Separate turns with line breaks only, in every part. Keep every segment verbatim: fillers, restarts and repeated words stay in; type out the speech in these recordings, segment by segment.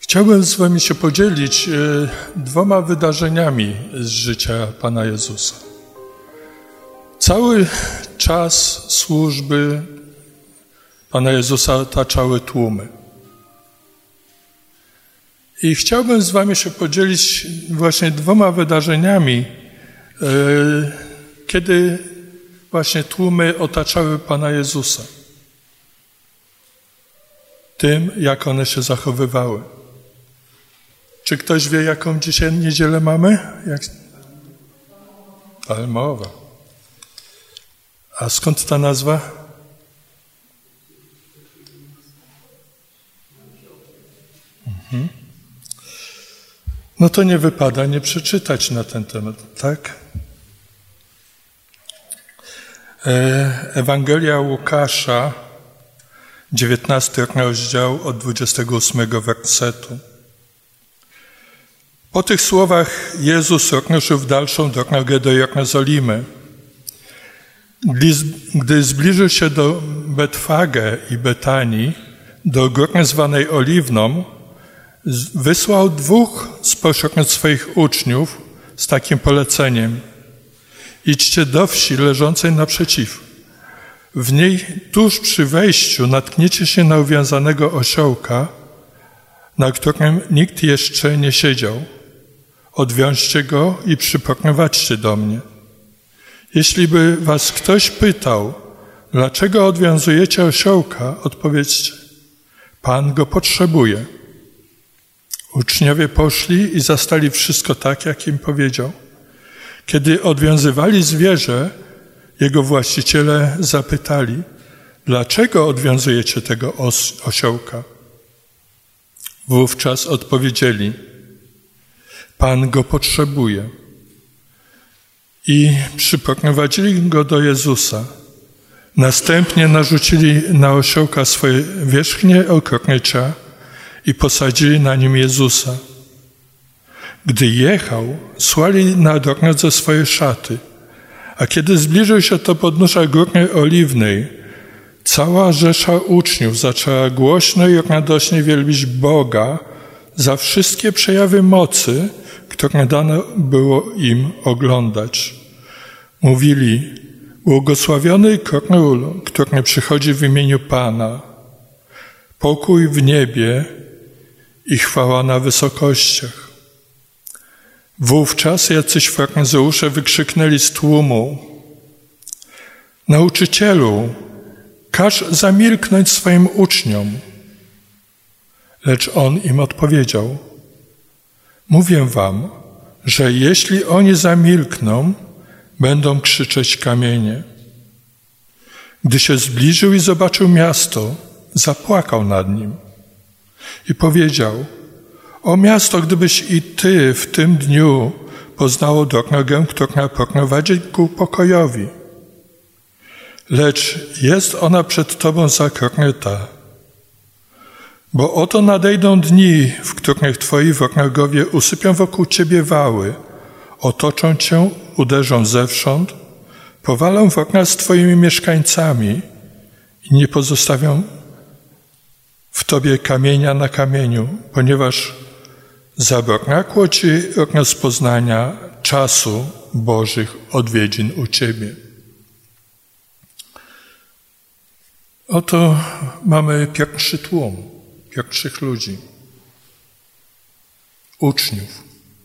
Chciałbym z wami się podzielić dwoma wydarzeniami z życia Pana Jezusa. Cały czas służby Pana Jezusa otaczały tłumy. I chciałbym z wami się podzielić właśnie dwoma wydarzeniami, kiedy właśnie tłumy otaczały Pana Jezusa. Tym, jak one się zachowywały. Czy ktoś wie, jaką dzisiaj niedzielę mamy? Jak... Palmowa. A skąd ta nazwa? Mhm. No to nie wypada nie przeczytać na ten temat, tak? Ewangelia Łukasza, dziewiętnasty rozdział od dwudziestego ósmego wersetu. Po tych słowach Jezus ruszył w dalszą drogę do Jerozolimy. Gdy zbliżył się do Betfage i Betanii, do góry zwanej Oliwną, wysłał dwóch spośród swoich uczniów z takim poleceniem. Idźcie do wsi leżącej naprzeciw. W niej tuż przy wejściu natkniecie się na uwiązanego osiołka, na którym nikt jeszcze nie siedział. Odwiążcie go i przyprowadźcie do mnie. Jeśli by was ktoś pytał, dlaczego odwiązujecie osiołka, odpowiedzcie, Pan go potrzebuje. Uczniowie poszli i zastali wszystko tak, jak im powiedział. Kiedy odwiązywali zwierzę, jego właściciele zapytali, dlaczego odwiązujecie tego os- osiołka? Wówczas odpowiedzieli, Pan go potrzebuje. I przyprowadzili go do Jezusa. Następnie narzucili na osiołka swoje wierzchnie okrocza i posadzili na nim Jezusa. Gdy jechał, słali na drodze swoje szaty, a kiedy zbliżył się do podnóża Góry Oliwnej, cała rzesza uczniów zaczęła głośno i radośnie wielbić Boga za wszystkie przejawy mocy, które dane było im oglądać. Mówili, błogosławiony Król, który przychodzi w imieniu Pana, pokój w niebie i chwała na wysokościach. Wówczas jacyś faryzeusze wykrzyknęli z tłumu, Nauczycielu, każ zamilknąć swoim uczniom. Lecz on im odpowiedział, mówię wam, że jeśli oni zamilkną, będą krzyczeć kamienie. Gdy się zbliżył i zobaczył miasto, zapłakał nad nim i powiedział, o miasto, gdybyś i ty w tym dniu poznało drogę, która prowadzi ku pokojowi. Lecz jest ona przed tobą zakryta. Bo oto nadejdą dni, w których twoi wrogowie usypią wokół ciebie wały, otoczą cię, uderzą zewsząd, powalą wokół z twoimi mieszkańcami i nie pozostawią w tobie kamienia na kamieniu, ponieważ zabrakło ci rozpoznania czasu Bożych odwiedzin u ciebie. Oto mamy pierwszy tłum, pierwszych ludzi, uczniów.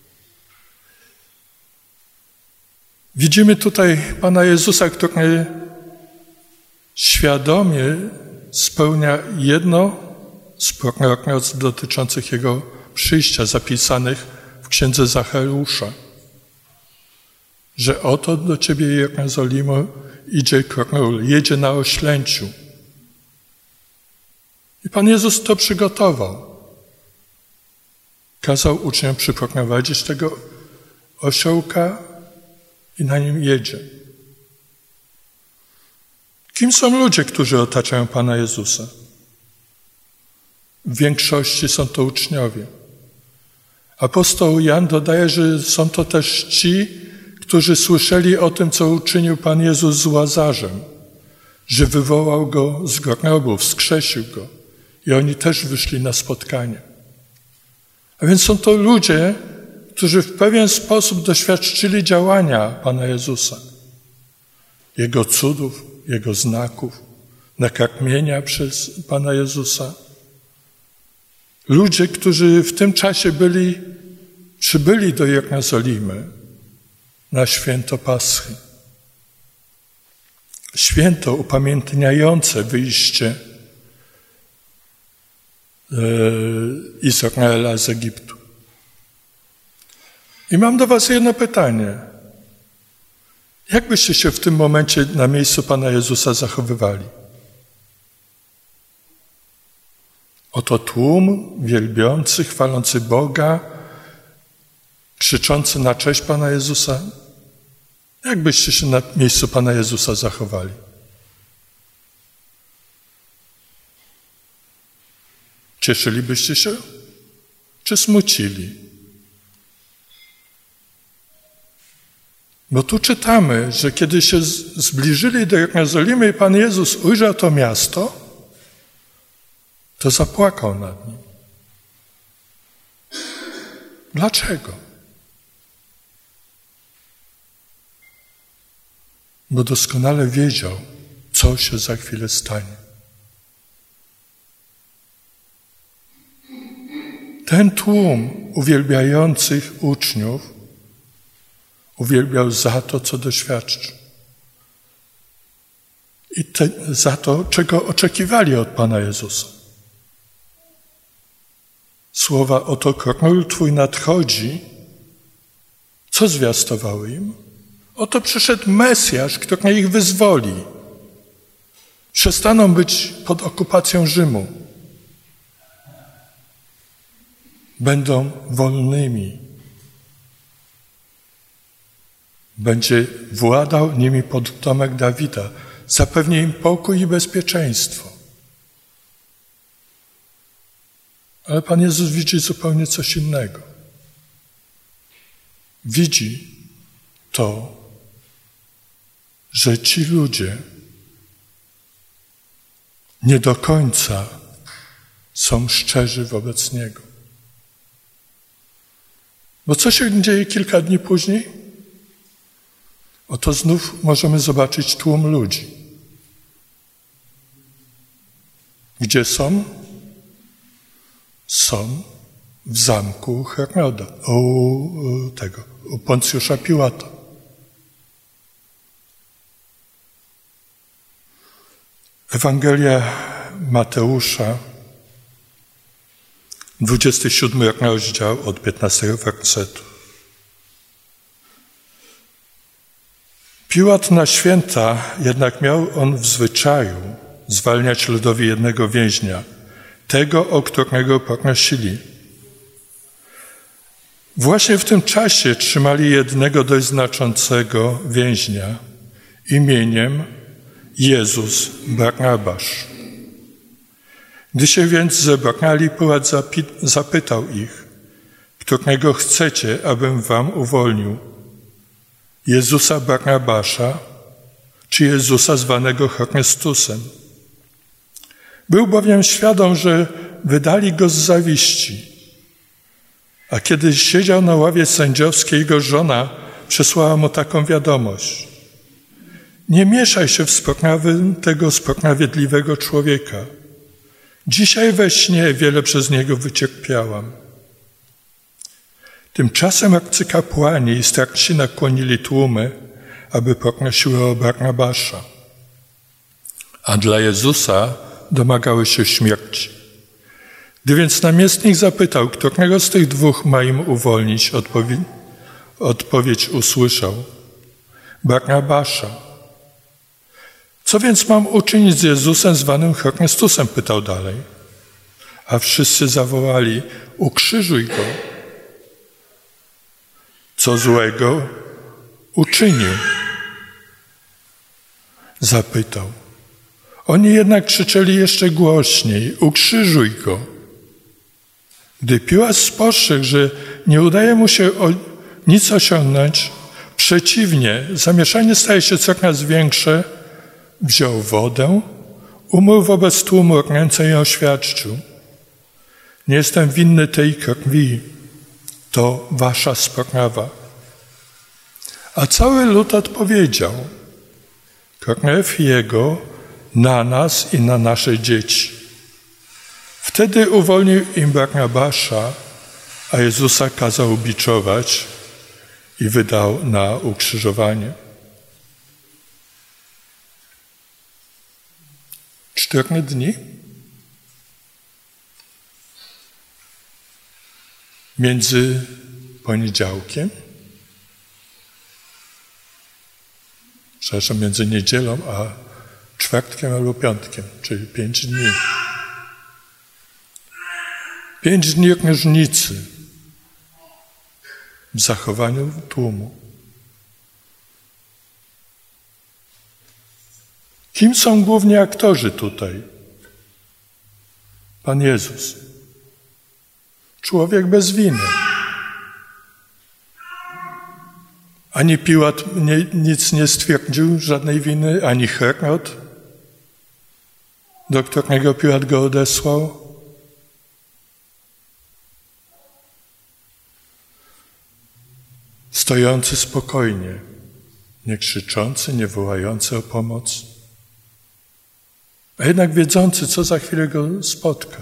Widzimy tutaj Pana Jezusa, który świadomie spełnia jedno z proroctw dotyczących Jego przyjścia, zapisanych w księdze Zacheusza, że oto do Ciebie, Jerozolimo, idzie Król, jedzie na oślęciu. I Pan Jezus to przygotował. Kazał uczniom przyprowadzić tego osiołka i na nim jedzie. Kim są ludzie, którzy otaczają Pana Jezusa? W większości są to uczniowie. Apostoł Jan dodaje, że są to też ci, którzy słyszeli o tym, co uczynił Pan Jezus z Łazarzem, że wywołał go z grobu, wskrzesił go i oni też wyszli na spotkanie. A więc są to ludzie, którzy w pewien sposób doświadczyli działania Pana Jezusa. Jego cudów, Jego znaków, nakarmienia przez Pana Jezusa. Ludzie, którzy w tym czasie byli, przybyli do Jerozolimy na święto Paschy. Święto upamiętniające wyjście Izraela z Egiptu. I mam do was jedno pytanie. Jak byście się w tym momencie na miejscu Pana Jezusa zachowywali? Oto tłum wielbiący, chwalący Boga, krzyczący na cześć Pana Jezusa. Jak byście się na miejscu Pana Jezusa zachowali? Cieszylibyście się? Czy smucili? Bo tu czytamy, że kiedy się zbliżyli do Jerozolimy i Pan Jezus ujrzał to miasto, to zapłakał nad nim. Dlaczego? Bo doskonale wiedział, co się za chwilę stanie. Ten tłum uwielbiających uczniów uwielbiał za to, co doświadczył. I te, za to, czego oczekiwali od Pana Jezusa. Słowa oto król Twój nadchodzi, co zwiastowały im? Oto przyszedł Mesjasz, który ich wyzwoli. Przestaną być pod okupacją Rzymu. Będą wolnymi. Będzie władał nimi potomek Dawida. Zapewni im pokój i bezpieczeństwo. Ale Pan Jezus widzi zupełnie coś innego. Widzi to, że ci ludzie nie do końca są szczerzy wobec Niego. Bo co się dzieje kilka dni później? Oto znów możemy zobaczyć tłum ludzi. Gdzie są? Są w zamku Heroda, u tego, u Poncjusza Piłata. Ewangelia Mateusza, dwudziesty siódmy rozdział od piętnastego wersetu. Piłat na święta jednak miał on w zwyczaju zwalniać ludowi jednego więźnia, tego, o którego poprosili. Właśnie w tym czasie trzymali jednego dość znaczącego więźnia imieniem Jezus Barnabasz. Gdy się więc zebrali, Piłat zapytał ich, którego chcecie, abym wam uwolnił? Jezusa Barnabasza, czy Jezusa zwanego Chrystusem? Był bowiem świadom, że wydali go z zawiści. A kiedy siedział na ławie sędziowskiej, jego żona przesłała mu taką wiadomość. Nie mieszaj się w sprawy tego sprawiedliwego człowieka. Dzisiaj we śnie wiele przez niego wycierpiałam. Tymczasem arcykapłani i starsi nakłonili tłumy, aby poprosiły o Barnabasza. A dla Jezusa domagały się śmierci. Gdy więc namiestnik zapytał, którego z tych dwóch ma im uwolnić, odpowiedź, odpowiedź usłyszał. Barnabasza. Co więc mam uczynić z Jezusem zwanym Chrystusem? Pytał dalej. A wszyscy zawołali, ukrzyżuj go. Co złego uczynił? Zapytał. Oni jednak krzyczeli jeszcze głośniej, ukrzyżuj go. Gdy Piłat spostrzegł, że nie udaje mu się o nic osiągnąć, przeciwnie, zamieszanie staje się coraz większe, wziął wodę, umył wobec tłumu ręce i oświadczył. Nie jestem winny tej krwi, to wasza sprawa. A cały lud odpowiedział, krew Jego na nas i na nasze dzieci. Wtedy uwolnił im Barnabasza, a Jezusa kazał biczować i wydał na ukrzyżowanie. Cztery dni między poniedziałkiem, przepraszam, między niedzielą a czwartkiem albo piątkiem, czyli pięć dni. Pięć dni różnicy w zachowaniu tłumu. Kim są główni aktorzy tutaj? Pan Jezus. Człowiek bez winy. Ani Piłat nie, nic nie stwierdził, żadnej winy, ani Herod, do którego Piłat go odesłał. Stojący spokojnie, nie krzyczący, nie wołający o pomoc, a jednak wiedzący, co za chwilę go spotka.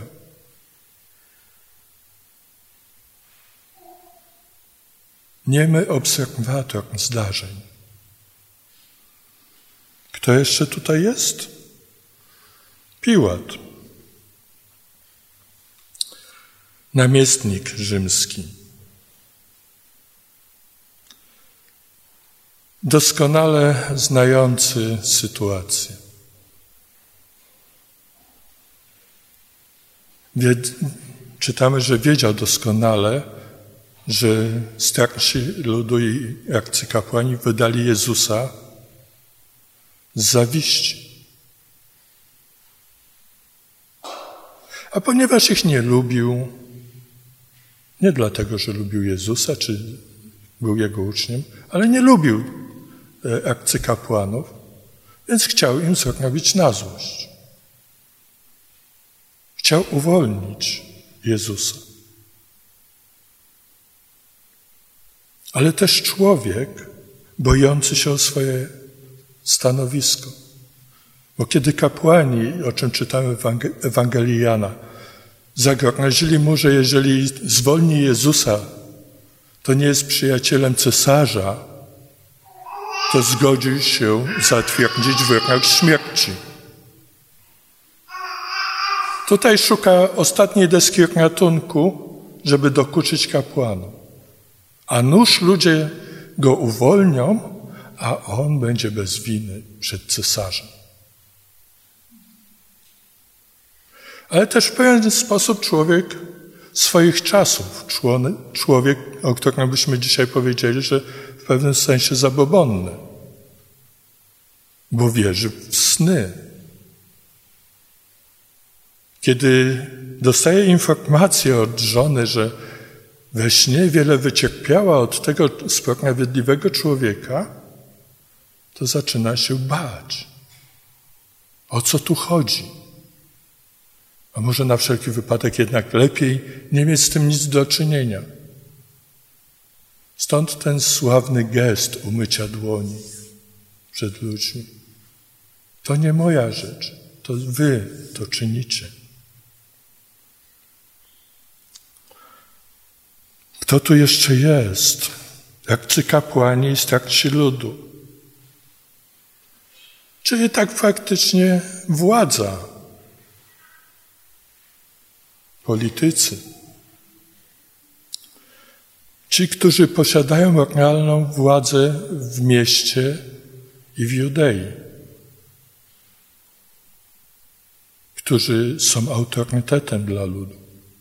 Niemy obserwator zdarzeń. Kto jeszcze tutaj jest? Piłat, namiestnik rzymski. Doskonale znający sytuację. Wie, czytamy, że wiedział doskonale, że starsi ludu i arcykapłani wydali Jezusa z zawiści. A ponieważ ich nie lubił, nie dlatego, że lubił Jezusa, czy był jego uczniem, ale nie lubił arcykapłanów, więc chciał im zrobić na złość. Chciał uwolnić Jezusa. Ale też człowiek bojący się o swoje stanowisko. Bo kiedy kapłani, o czym czytamy w Ewangelii Jana, zagrozili mu, że jeżeli zwolni Jezusa, to nie jest przyjacielem cesarza, to zgodził się zatwierdzić wyrok śmierci. Tutaj szuka ostatniej deski ratunku, żeby dokuczyć kapłanom. A nuż ludzie go uwolnią, a on będzie bez winy przed cesarzem. Ale też w pewien sposób człowiek swoich czasów, człowiek, o którym byśmy dzisiaj powiedzieli, że w pewnym sensie zabobonny, bo wierzy w sny. Kiedy dostaje informację od żony, że we śnie wiele wycierpiała od tego sprawiedliwego człowieka, to zaczyna się bać. O co tu chodzi? A może na wszelki wypadek jednak lepiej nie mieć z tym nic do czynienia. Stąd ten sławny gest umycia dłoni przed ludźmi. To nie moja rzecz, to wy to czynicie. Kto tu jeszcze jest? Arcykapłani i starsi ludu. Czyli tak faktycznie władza. Politycy. Ci, którzy posiadają realną władzę w mieście i w Judei. Którzy są autorytetem dla ludu.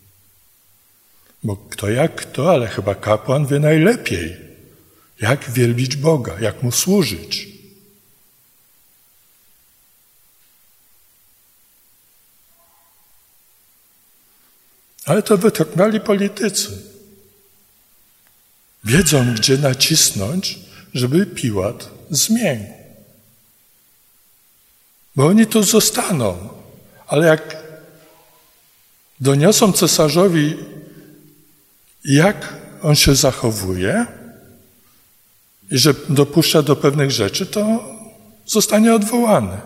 Bo kto jak kto, ale chyba kapłan wie najlepiej, jak wielbić Boga, jak Mu służyć. Ale to wytrwali politycy. Wiedzą, gdzie nacisnąć, żeby Piłat zmienił. Bo oni tu zostaną, ale jak doniosą cesarzowi, jak on się zachowuje i że dopuszcza do pewnych rzeczy, to zostanie odwołany.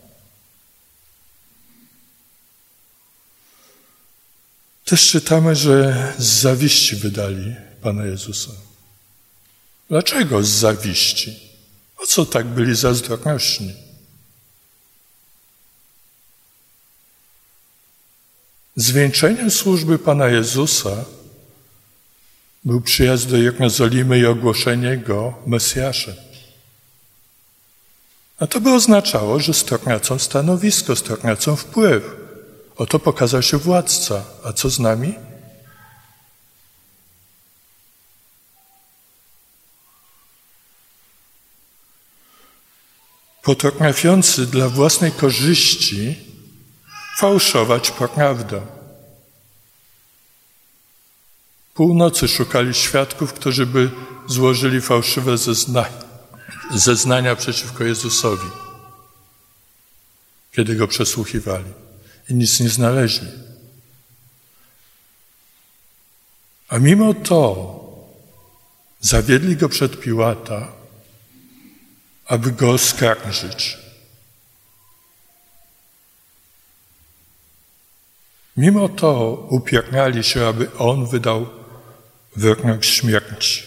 Też czytamy, że z zawiści wydali Pana Jezusa. Dlaczego z zawiści? O co tak byli zazdrośni? Zwieńczeniem służby Pana Jezusa był przyjazd do Jerozolimy i ogłoszenie Go Mesjaszem. A to by oznaczało, że stracą stanowisko, stracą wpływ. Oto pokazał się władca. A co z nami? Potrafiący dla własnej korzyści fałszować prawdę. Północy szukali świadków, którzy by złożyli fałszywe zeznania, zeznania przeciwko Jezusowi, kiedy Go przesłuchiwali. I nic nie znaleźli. A mimo to zawiedli Go przed Piłata, aby Go oskarżyć. Mimo to upierali się, aby On wydał wyrok śmierci.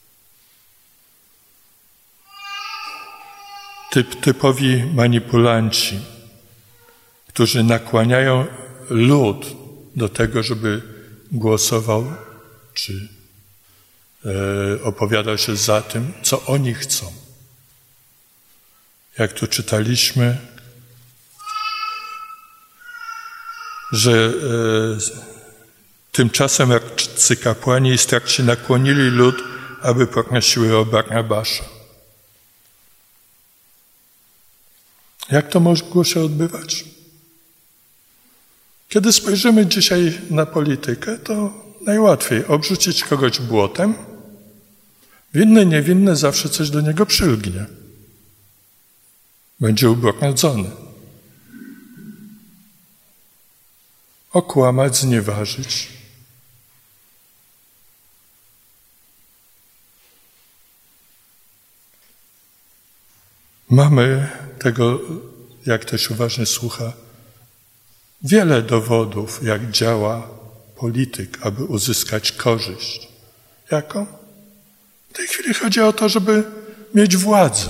Typ, typowi manipulanci, którzy nakłaniają lud do tego, żeby głosował, czy e, opowiadał się za tym, co oni chcą. Jak tu czytaliśmy, że e, tymczasem arcykapłani i starsi nakłonili lud, aby poprosiły o Barnabasza. Jak to mogło się odbywać? Kiedy spojrzymy dzisiaj na politykę, to najłatwiej obrzucić kogoś błotem. Winny, niewinny zawsze coś do niego przylgnie. Będzie ubłogadzony. Okłamać, znieważyć. Mamy tego, jak ktoś uważnie słucha, wiele dowodów, jak działa polityk, aby uzyskać korzyść. Jaką? W tej chwili chodzi o to, żeby mieć władzę.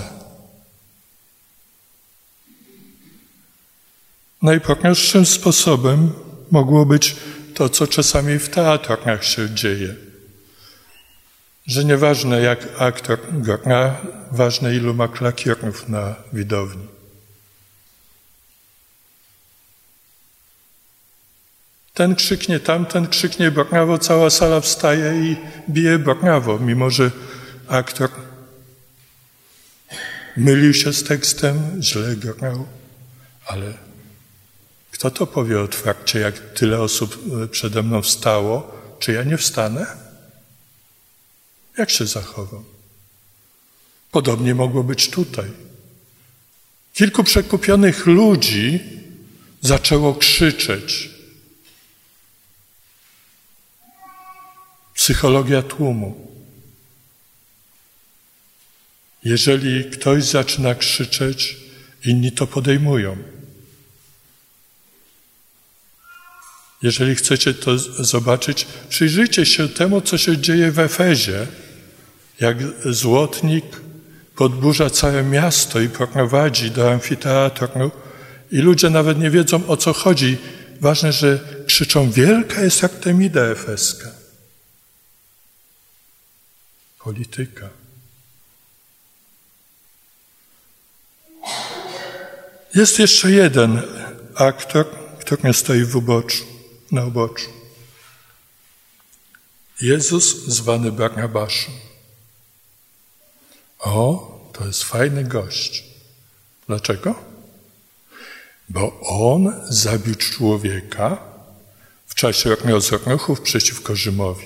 Najprostszym sposobem mogło być to, co czasami w teatrach się dzieje. Że nieważne jak aktor gra, ważne ilu ma klakierów na widowni. Ten krzyknie, tamten krzyknie brawo, cała sala wstaje i bije brawo, mimo że aktor mylił się z tekstem, źle grał, ale kto to powie otwarcie, jak tyle osób przede mną wstało, czy ja nie wstanę? Jak się zachowam? Podobnie mogło być tutaj. Kilku przekupionych ludzi zaczęło krzyczeć. Psychologia tłumu. Jeżeli ktoś zaczyna krzyczeć, inni to podejmują. Jeżeli chcecie to zobaczyć, przyjrzyjcie się temu, co się dzieje w Efezie, jak złotnik podburza całe miasto i prowadzi do amfiteatru i ludzie nawet nie wiedzą, o co chodzi. Ważne, że krzyczą, wielka jest Artemida Efeska. Polityka. Jest jeszcze jeden aktor, który stoi w uboczu, na uboczu. Jezus zwany Barnabaszem. O, to jest fajny gość. Dlaczego? Bo on zabił człowieka w czasie rozruchów przeciwko Rzymowi.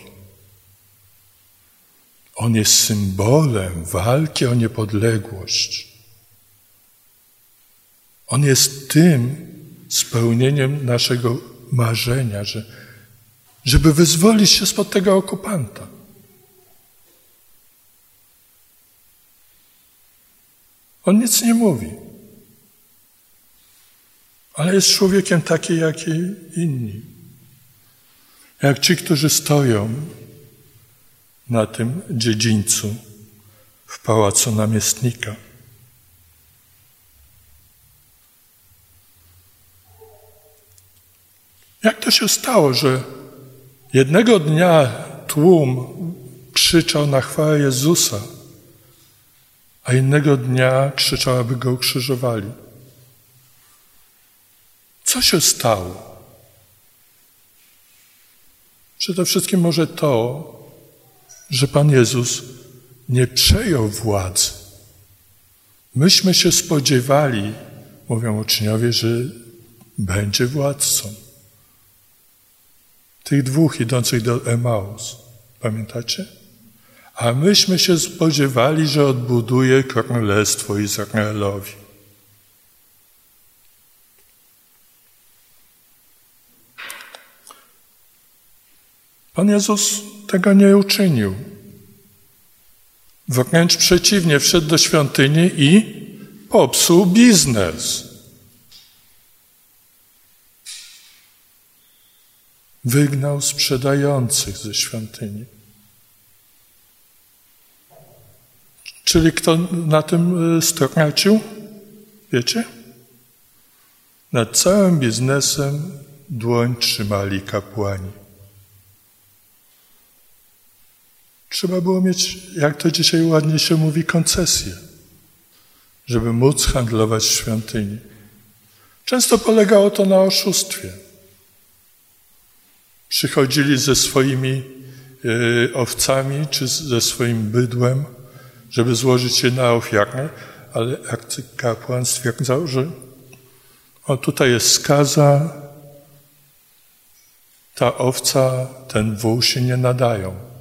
On jest symbolem walki o niepodległość. On jest tym spełnieniem naszego marzenia, że, żeby wyzwolić się spod tego okupanta. On nic nie mówi, ale jest człowiekiem taki, jak i inni. Jak ci, którzy stoją na tym dziedzińcu w pałacu namiestnika. Jak to się stało, że jednego dnia tłum krzyczał na chwałę Jezusa, a innego dnia krzyczał, aby Go ukrzyżowali? Co się stało? Przede wszystkim może to, że Pan Jezus nie przejął władzy. Myśmy się spodziewali, mówią uczniowie, że będzie władcą. Tych dwóch idących do Emaus. Pamiętacie? A myśmy się spodziewali, że odbuduje królestwo Izraelowi. Pan Jezus tego nie uczynił. Wręcz przeciwnie, wszedł do świątyni i popsuł biznes. Wygnał sprzedających ze świątyni. Czyli kto na tym stracił? Wiecie? Nad całym biznesem dłoń trzymali kapłani. Trzeba było mieć, jak to dzisiaj ładnie się mówi, koncesję, żeby móc handlować w świątyni. Często polegało to na oszustwie. Przychodzili ze swoimi y, owcami czy ze swoim bydłem, żeby złożyć je na ofiarę, ale arcykapłan stwierdzał, że o, tutaj jest skaza, ta owca, ten wół się nie nadają.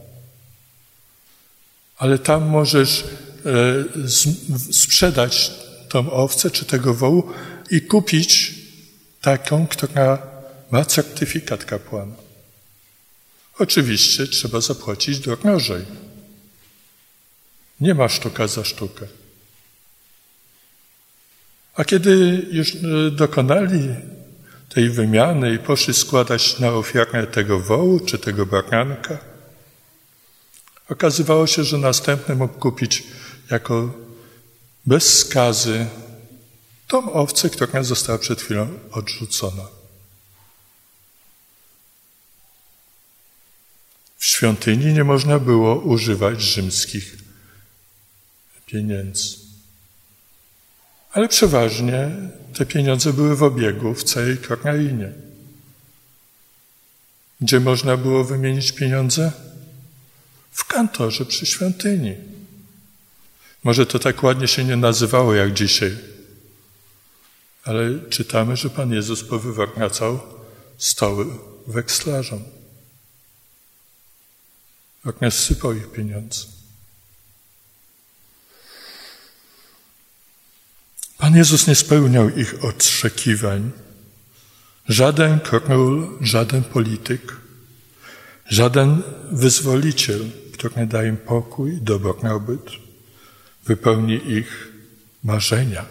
Ale tam możesz e, z, sprzedać tą owcę czy tego wołu i kupić taką, która ma certyfikat kapłana. Oczywiście trzeba zapłacić drożej. Nie ma sztuka za sztukę. A kiedy już dokonali tej wymiany i poszli składać na ofiarę tego wołu czy tego baranka, okazywało się, że następny mógł kupić jako bez skazy tą owcę, która została przed chwilą odrzucona. W świątyni nie można było używać rzymskich pieniędzy. Ale przeważnie te pieniądze były w obiegu w całej krainie. Gdzie można było wymienić pieniądze? W kantorze przy świątyni. Może to tak ładnie się nie nazywało jak dzisiaj, ale czytamy, że Pan Jezus powywracał stoły wekslarzom. Jak sypał ich pieniądze. Pan Jezus nie spełniał ich oczekiwań. Żaden król, żaden polityk, żaden wyzwoliciel, który da im pokój i dobrobyt, wypełni ich marzenia.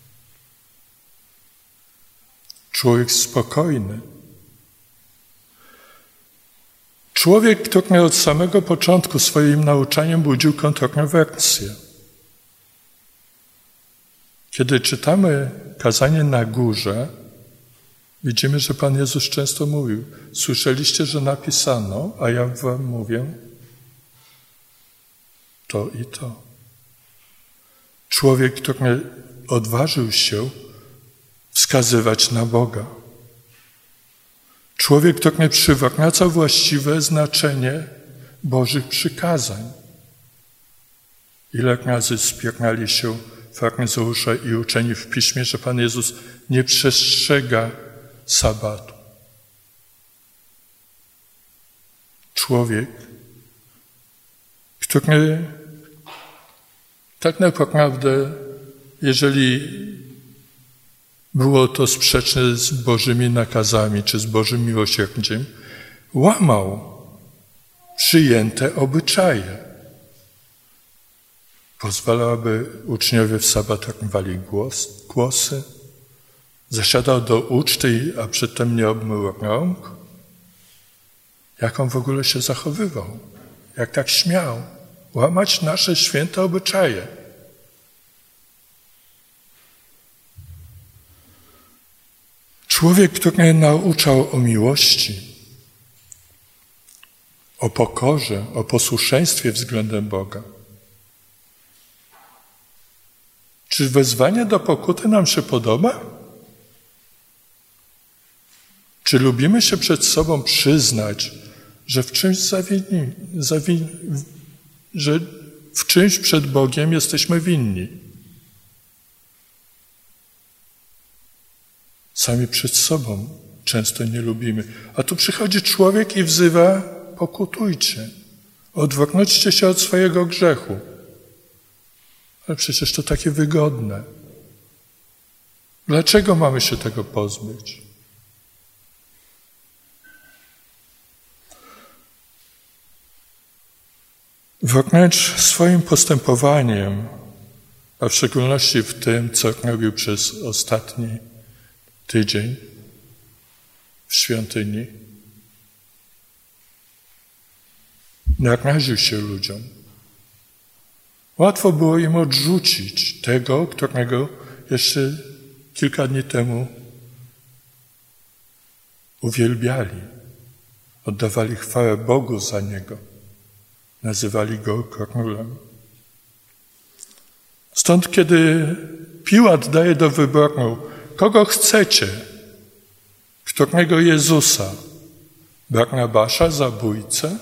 Człowiek spokojny. Człowiek, który od samego początku swoim nauczaniem budził kontrowersję. Kiedy czytamy kazanie na górze, widzimy, że Pan Jezus często mówił: słyszeliście, że napisano, a ja wam mówię to i to. Człowiek, który odważył się wskazywać na Boga. Człowiek, który przywraca właściwe znaczenie Bożych przykazań. Ile razy spierali się faryzeusze i uczeni w Piśmie, że Pan Jezus nie przestrzega sabatu. Człowiek, który tak naprawdę, jeżeli było to sprzeczne z Bożymi nakazami czy z Bożym miłosierdziem, łamał przyjęte obyczaje. Pozwalał, aby uczniowie w sabat rwali głos, głosy, zasiadał do uczty, a przedtem nie obmył rąk. Jak on w ogóle się zachowywał? Jak tak śmiał łamać nasze święte obyczaje? Człowiek, który nauczał o miłości, o pokorze, o posłuszeństwie względem Boga. Czy wezwanie do pokuty nam się podoba? Czy lubimy się przed sobą przyznać, że w czymś zawini, zawini, że w czymś przed Bogiem jesteśmy winni? Sami przed sobą często nie lubimy. A tu przychodzi człowiek i wzywa: pokutujcie, odwróćcie się od swojego grzechu. Ale przecież to takie wygodne. Dlaczego mamy się tego pozbyć? Wręcz swoim postępowaniem, a w szczególności w tym, co robił przez ostatni tydzień w świątyni, naraził się ludziom. Łatwo było im odrzucić tego, którego jeszcze kilka dni temu uwielbiali. Oddawali chwałę Bogu za Niego. Nazywali Go królem. Stąd, kiedy Piłat daje do wyboru, kogo chcecie, którego Jezusa, Barnabasza, zabójcę,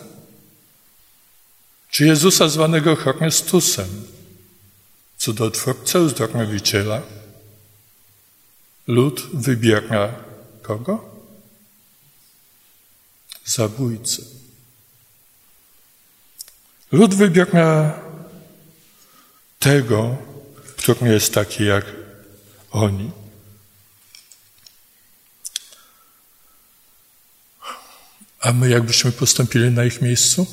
czy Jezusa zwanego Chrystusem, cudotwórcę, uzdrowiciela, lud wybiera kogo? Zabójcę. Lud wybiera tego, który jest taki jak oni. A my jakbyśmy postąpili na ich miejscu?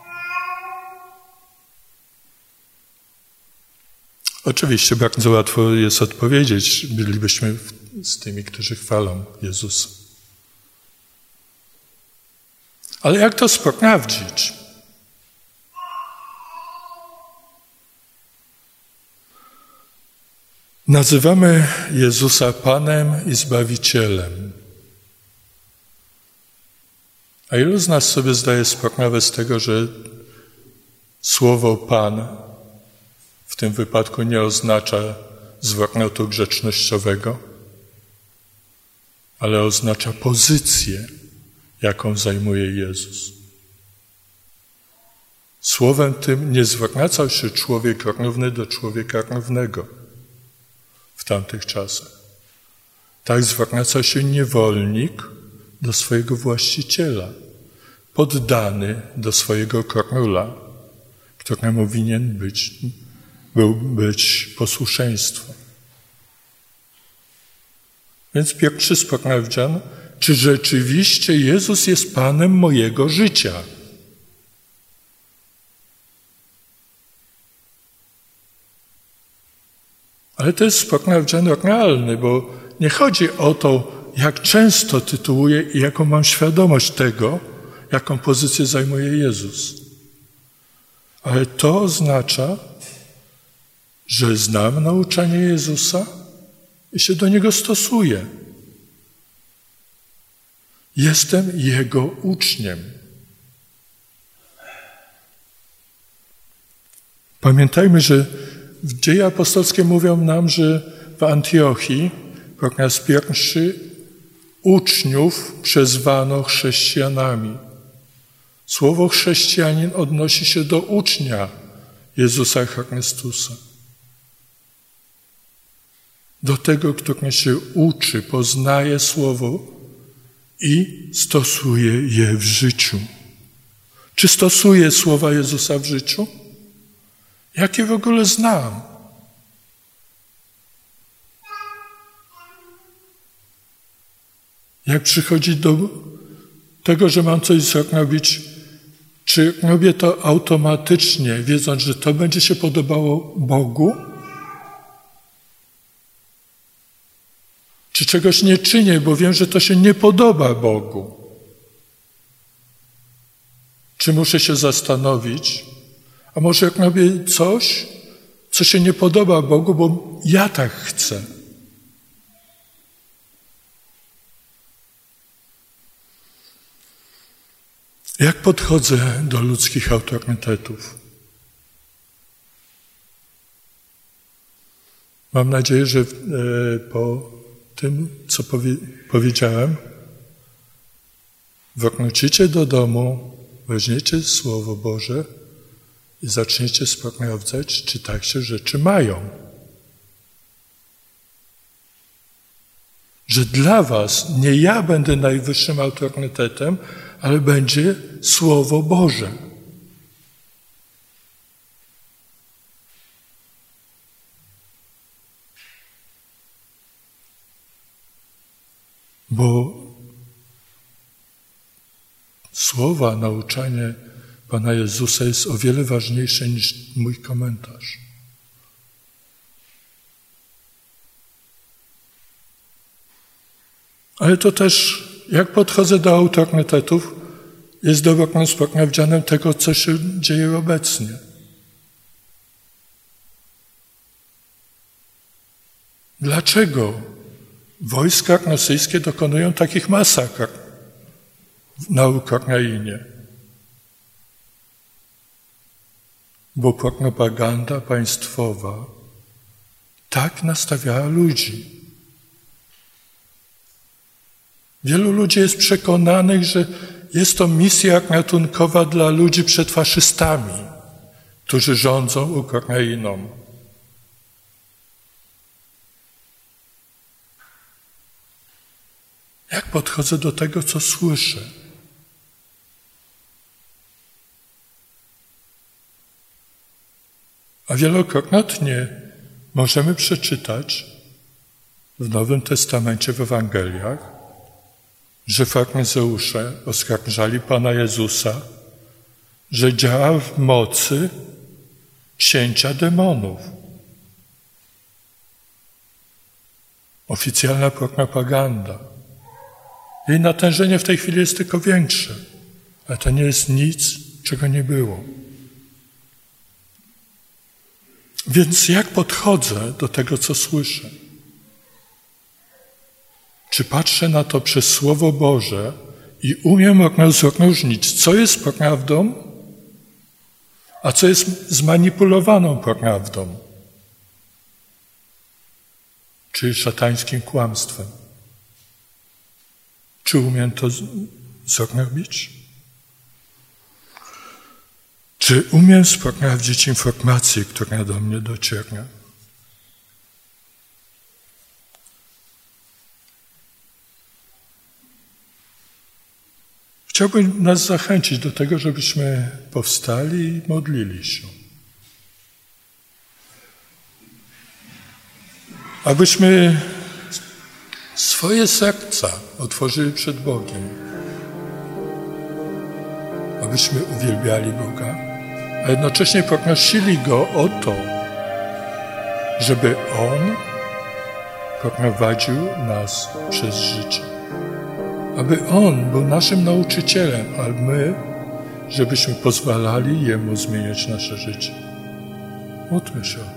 Oczywiście bardzo łatwo jest odpowiedzieć, bylibyśmy z tymi, którzy chwalą Jezusa. Ale jak to sprawdzić? Nazywamy Jezusa Panem i Zbawicielem. A ilu z nas sobie zdaje sprawę z tego, że słowo Pan w tym wypadku nie oznacza zwrotu grzecznościowego, ale oznacza pozycję, jaką zajmuje Jezus. Słowem tym nie zwracał się człowiek równy do człowieka równego w tamtych czasach. Tak zwraca się niewolnik do swojego właściciela, poddany do swojego króla, któremu winien być, był być posłuszeństwo. Więc pierwszy sprawdzian, czy rzeczywiście Jezus jest Panem mojego życia. Ale to jest sprawdzian realny, bo nie chodzi o to, jak często tytułuję i jaką mam świadomość tego, jaką pozycję zajmuje Jezus. Ale to oznacza, że znam nauczanie Jezusa i się do niego stosuję. Jestem Jego uczniem. Pamiętajmy, że Dzieje apostolskie mówią nam, że w Antiochii po raz pierwszy uczniów przezwano chrześcijanami. Słowo chrześcijanin odnosi się do ucznia Jezusa Chrystusa. Do tego, który się uczy, poznaje Słowo i stosuje je w życiu. Czy stosuje słowa Jezusa w życiu? Jakie w ogóle znam? Jak przychodzi do tego, że mam coś zrobić, czy robię to automatycznie, wiedząc, że to będzie się podobało Bogu? Czy czegoś nie czynię, bo wiem, że to się nie podoba Bogu? Czy muszę się zastanowić, a może robię coś, co się nie podoba Bogu, bo ja tak chcę? Jak podchodzę do ludzkich autorytetów? Mam nadzieję, że po tym, co powie, powiedziałem, wrócicie do domu, weźmiecie Słowo Boże i zaczniecie sprawdzać, czy tak się rzeczy mają. Że dla was nie ja będę najwyższym autorytetem, ale będzie Słowo Boże. Bo słowa, nauczanie Pana Jezusa jest o wiele ważniejsze niż mój komentarz. Ale to też, jak podchodzę do autorytetów, jest dobrym sprawdzianem tego, co się dzieje obecnie. Dlaczego wojska rosyjskie dokonują takich masakr na Ukrainie? Bo propaganda państwowa tak nastawiała ludzi. Wielu ludzi jest przekonanych, że jest to misja ratunkowa dla ludzi przed faszystami, którzy rządzą Ukrainą. Jak podchodzę do tego, co słyszę? A wielokrotnie możemy przeczytać w Nowym Testamencie, w Ewangeliach, że faryzeusze oskarżali Pana Jezusa, że działa w mocy księcia demonów. Oficjalna propaganda. Jej natężenie w tej chwili jest tylko większe, ale to nie jest nic, czego nie było. Więc jak podchodzę do tego, co słyszę? Czy patrzę na to przez Słowo Boże i umiem rozróżnić, co jest prawdą, a co jest zmanipulowaną prawdą, czyli szatańskim kłamstwem? Czy umiem to zrobić? Czy umiem sprawdzić informacje, która do mnie dociera? Chciałbym nas zachęcić do tego, żebyśmy powstali i modlili się. Abyśmy swoje serca otworzyli przed Bogiem. Abyśmy uwielbiali Boga, a jednocześnie poprosili Go o to, żeby On poprowadził nas przez życie. Aby On był naszym nauczycielem, a my, żebyśmy pozwalali Jemu zmieniać nasze życie. Módlmy się o to.